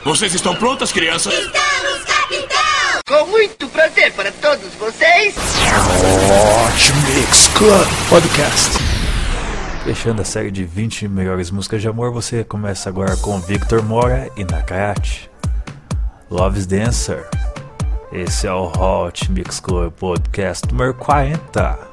Vocês estão prontas, crianças? Estamos, capitão! Com muito prazer para todos vocês. Hot Mix Club Podcast. Fechando a série de 20 melhores músicas de amor, você começa agora com Victor Mora e Nakayati. Love's Dancer. Esse é o Hot Mix Club Podcast número 40.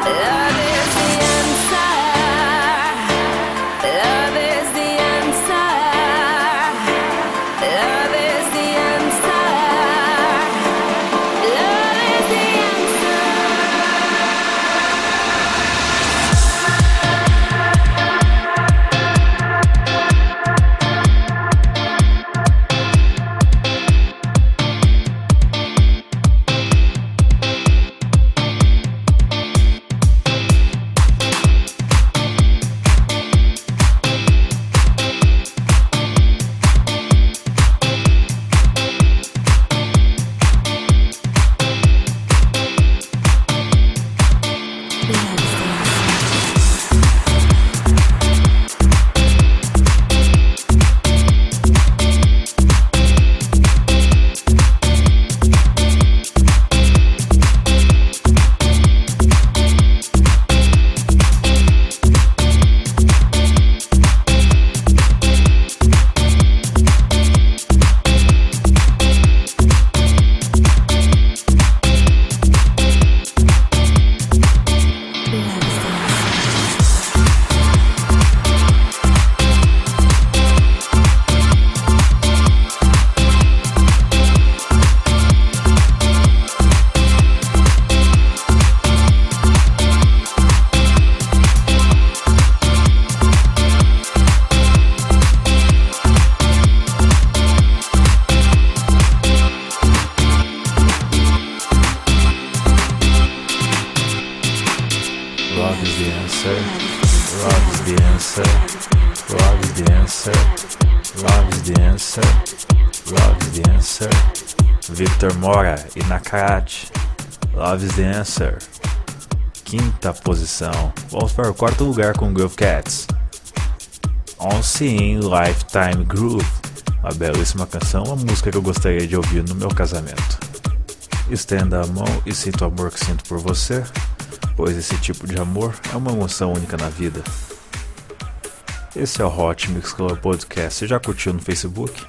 Victor Mora e Nakarate, Love is the Answer. Quinta posição, vamos para o quarto lugar com Groove Cats, On Seeing Lifetime Groove, uma belíssima canção, uma música que eu gostaria de ouvir no meu casamento. Estenda a mão e sinta o amor que sinto por você, pois esse tipo de amor é uma emoção única na vida. Esse é o Hot Mix Club Podcast. Você já curtiu no Facebook?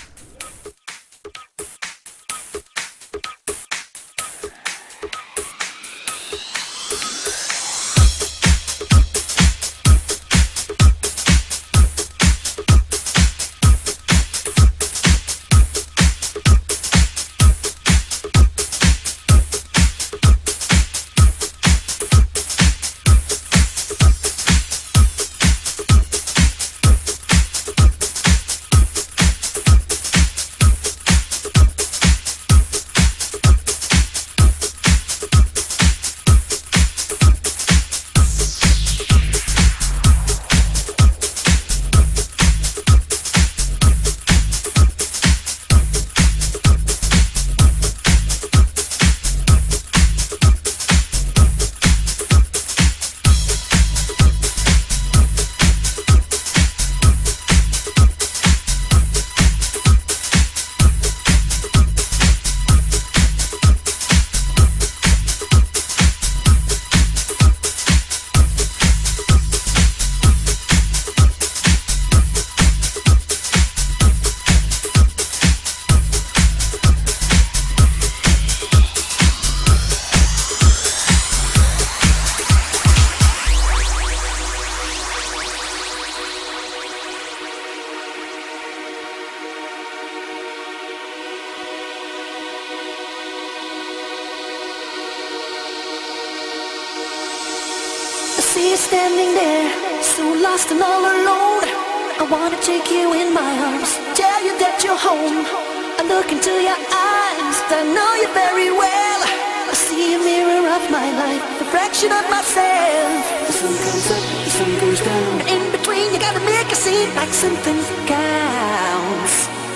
see you standing there, so lost and all alone. I wanna take you in my arms, tell you that you're home. I look into your eyes, I know you very well. I see a mirror of my life, a fraction of myself. The sun comes up, the sun goes down, and in between you gotta make a scene like something counts.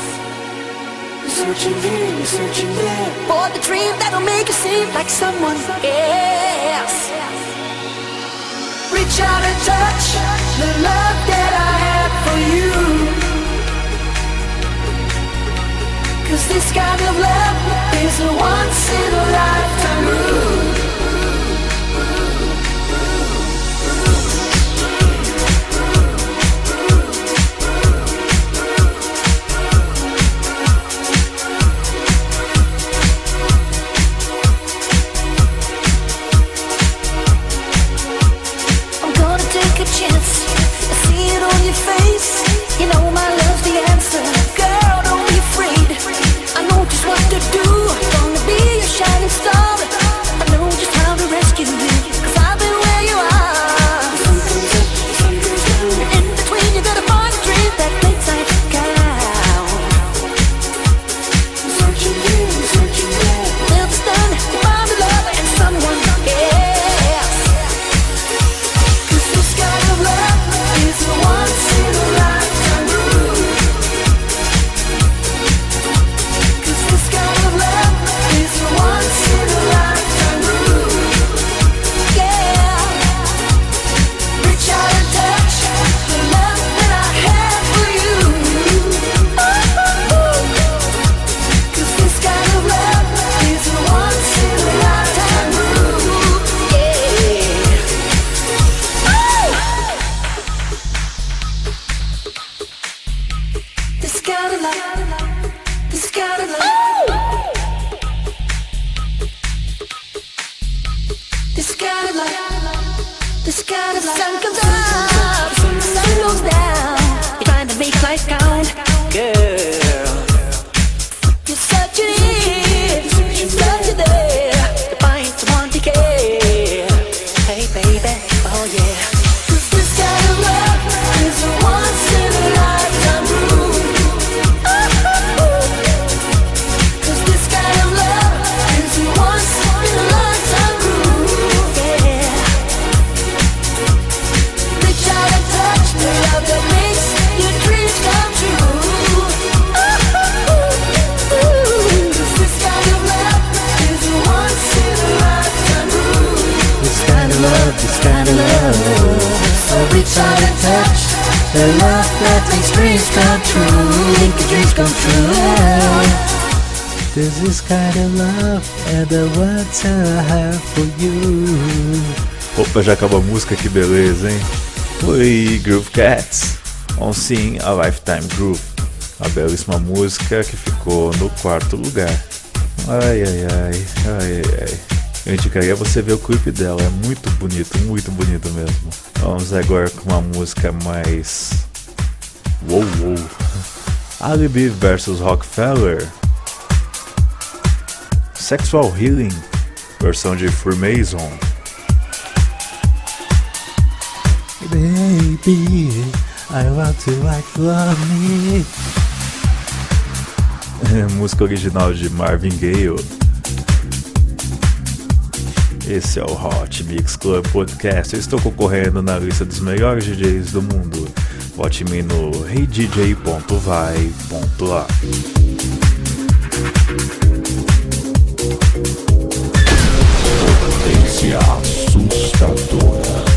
You're searching here, you're searching there, for the dream that'll make you seem like someone else. Reach out and touch the love that I have for you, 'cause this kind of love is a once in a lifetime rule. The sky, the sun comes up, the sun goes down. You're trying to make life count, girl. You're such an it, such a there. To find someone to care. Hey baby, oh yeah. 'Cause this kind of love is a once in a lifetime rule. Cause this kind of love is a once in a lifetime rule. Yeah. Reach out and touch the love that makes your dreams come true. Cause this kind of love is a once in a lifetime rule. This kind of love, this kind of love. So reach out and touch the love that makes dreams come true. Make your dreams come true. This is kind of love and the ones I have for you. Opa, já acabou a música, que beleza, hein? Foi Groove Cats, On Sing a Lifetime Groove. A belíssima música que ficou no 4º lugar. Ai, ai, ai, ai, ai. Eu indicaria você ver o clipe dela, é muito bonito mesmo. Vamos agora com uma música mais... Uou, uou. Alibi vs Rockefeller. Sexual Healing, versão de Freemason. Baby, I want to love me. Música original de Marvin Gaye. Esse é o Hot Mix Club Podcast. Eu estou concorrendo na lista dos melhores DJs do mundo. Vote em mim no heydj.vai.lá. Potência assustadora.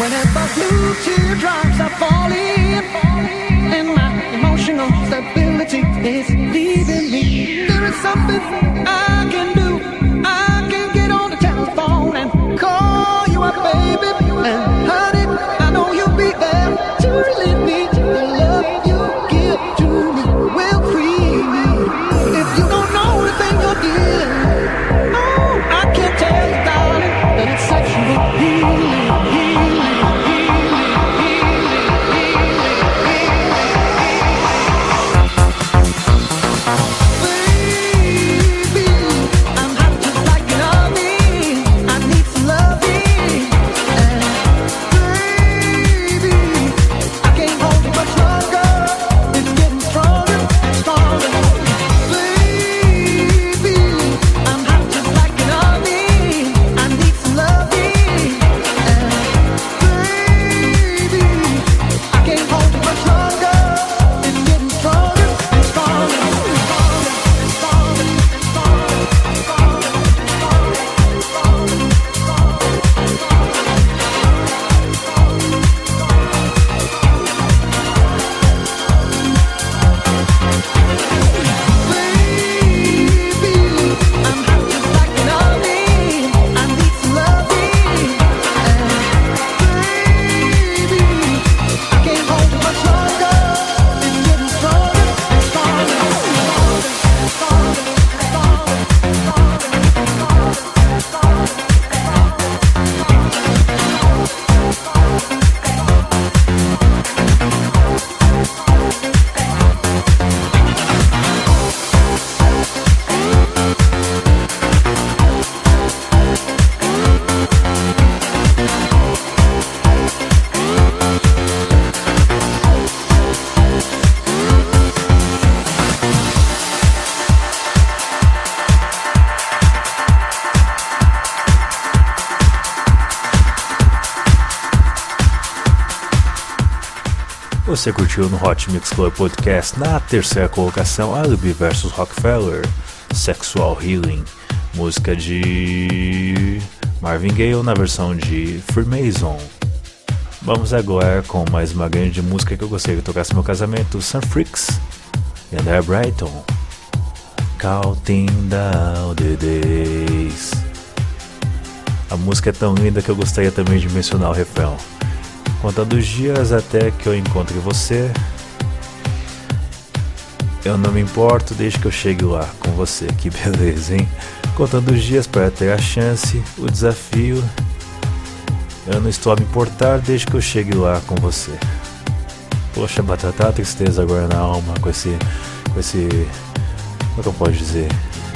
Whenever blue teardrops are falling and my emotional stability is leaving me, there is something I can do. I can get on the telephone and call you up, baby. And honey, I know you'll be there to relieve me. The love you give to me will free me. If you don't know the thing you're feeling, oh, I can't tell you, darling, that it's sexual healing. Você curtiu no Hot Mix Club Podcast, na terceira colocação, Alibi vs Rockefeller, Sexual Healing, música de Marvin Gaye na versão de Freemason. Vamos agora com mais uma grande música que eu gostaria que tocasse no meu casamento, Sun Freaks e Andrea Brighton, Counting Down the Days. A música é tão linda que eu gostaria também de mencionar o refrão. Contando os dias até que eu encontre você, eu não me importo desde que eu chegue lá com você. Que beleza, hein? Contando os dias para ter a chance, o desafio, eu não estou a me importar desde que eu chegue lá com você. Poxa, batata, a tristeza agora na alma com esse, como é que eu posso dizer?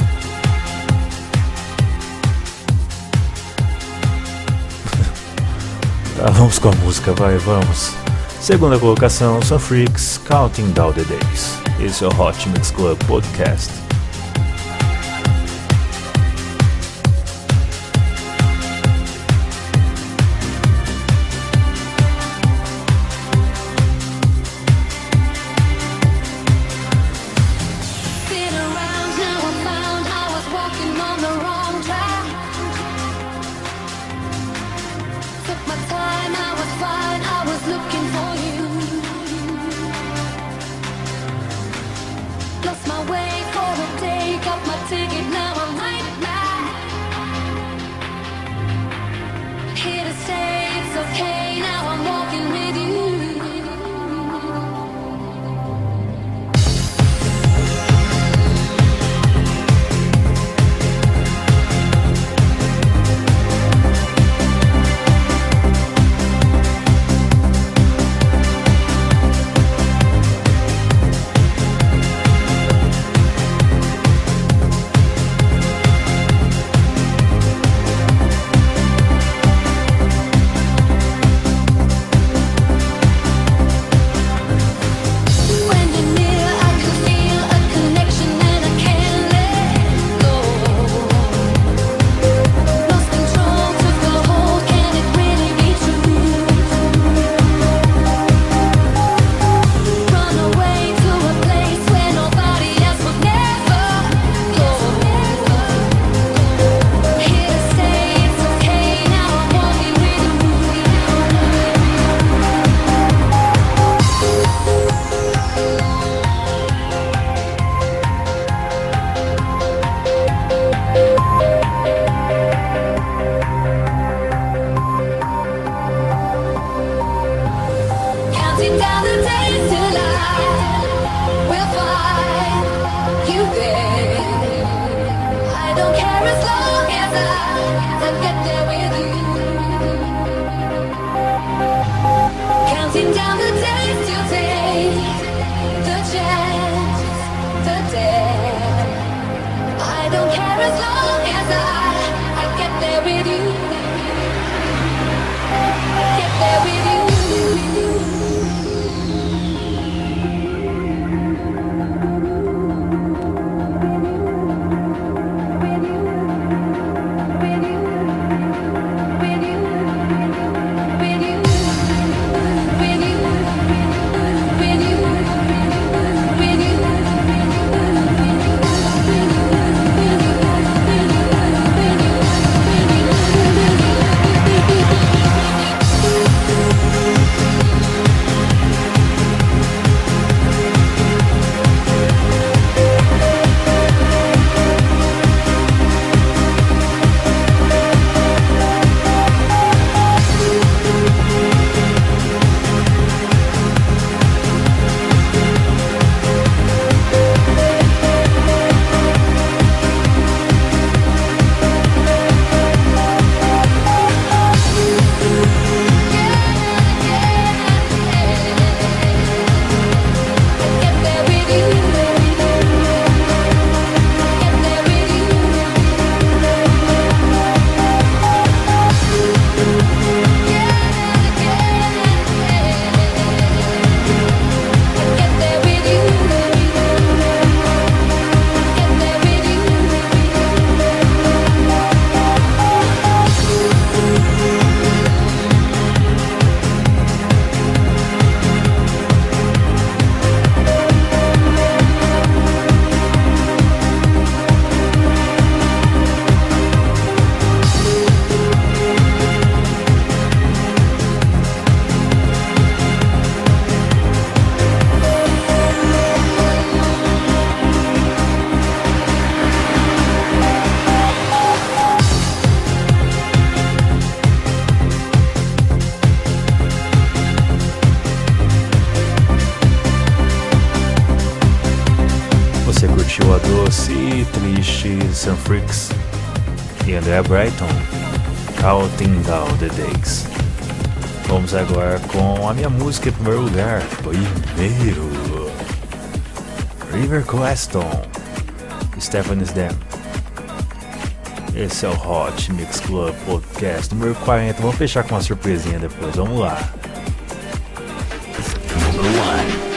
Tá, vamos com a música, vamos. Segunda colocação, Sun Freaks, Counting Down the Days. Esse é o Hot Mix Club Podcast. Lost my way for a care as long as I get there with you. Counting down the days till take the chance, the day. I don't care as long as I get there with you. Get there with you. A doce e triste Sam Freaks e Andrea Brighton, Counting Down the Days. Vamos agora com a minha música em primeiro lugar. Primeiro, River Queston, Stephanie's Dam. Esse é o Hot Mix Club Podcast número 40. Vamos fechar com uma surpresinha depois, vamos lá. Number 1.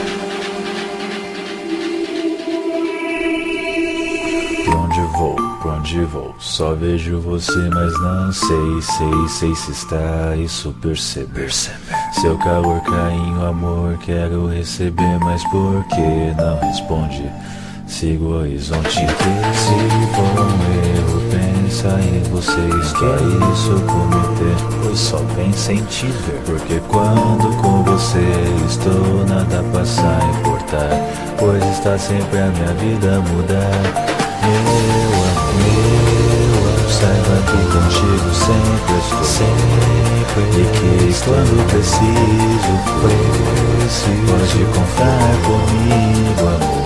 Pra onde vou, só vejo você, mas não sei se está isso perceber. Seu calor, carinho, amor, quero receber, mas por que não responde? Sigo o horizonte que se for um erro, pensa em você, isso é isso cometer, pois só pensa em te ver. Porque quando com você estou, nada passa a importar, pois está sempre a minha vida mudar. Meu amor, saiba que contigo sempre estou, sempre. E que quando preciso, pode contar comigo, amor.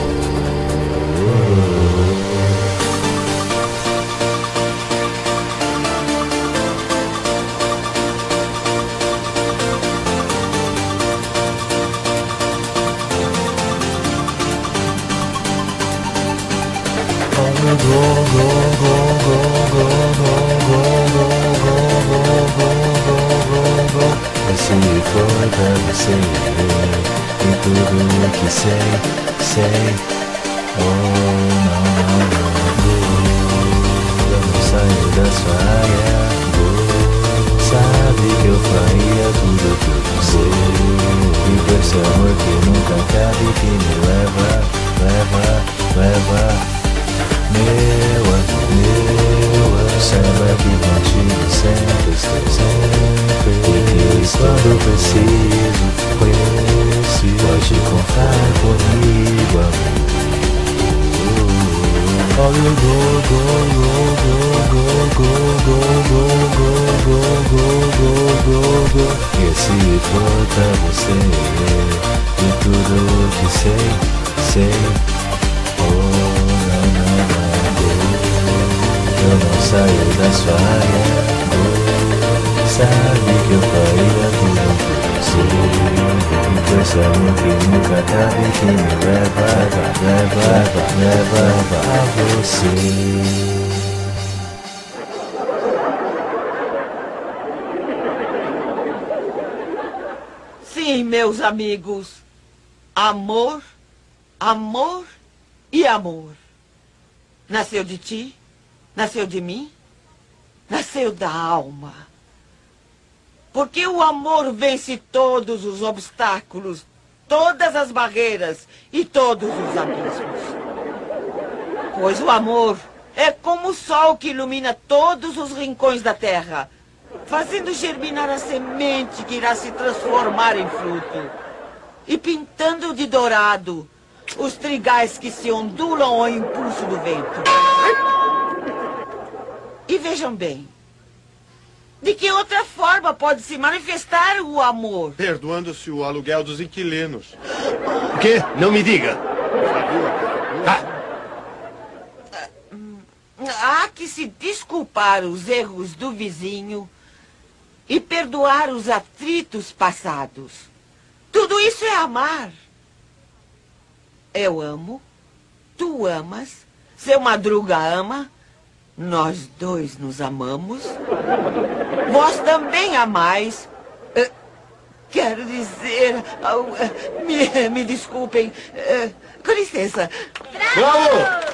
Se for pra você ver em tudo que sei, eu não saio da sua área, sabe que eu faria tudo que eu sei, e por esse amor que nunca acaba e que me leva. Meu amor, saiba que contigo sempre estou, sempre. E quando preciso, pode contar comigo, amor. All you go. E se for pra você, de tudo que sei, oh, não. da sua área. Sabe que eu faria tudo por você. Com esse amor que nunca acaba e que me leva a você. Sim, meus amigos. Amor, amor e amor. Nasceu de ti, nasceu de mim, nasceu da alma. Porque o amor vence todos os obstáculos, todas as barreiras e todos os abismos. Pois o amor é como o sol que ilumina todos os rincões da terra, fazendo germinar a semente que irá se transformar em fruto, e pintando de dourado os trigais que se ondulam ao impulso do vento. E vejam bem, de que outra forma pode se manifestar o amor? Perdoando-se o aluguel dos inquilinos. O quê? Não me diga. Há que se desculpar os erros do vizinho e perdoar os atritos passados. Tudo isso é amar. Eu amo, tu amas, seu Madruga ama, nós dois nos amamos. Vós também amais. Quero dizer... me desculpem. Com licença. Bravo!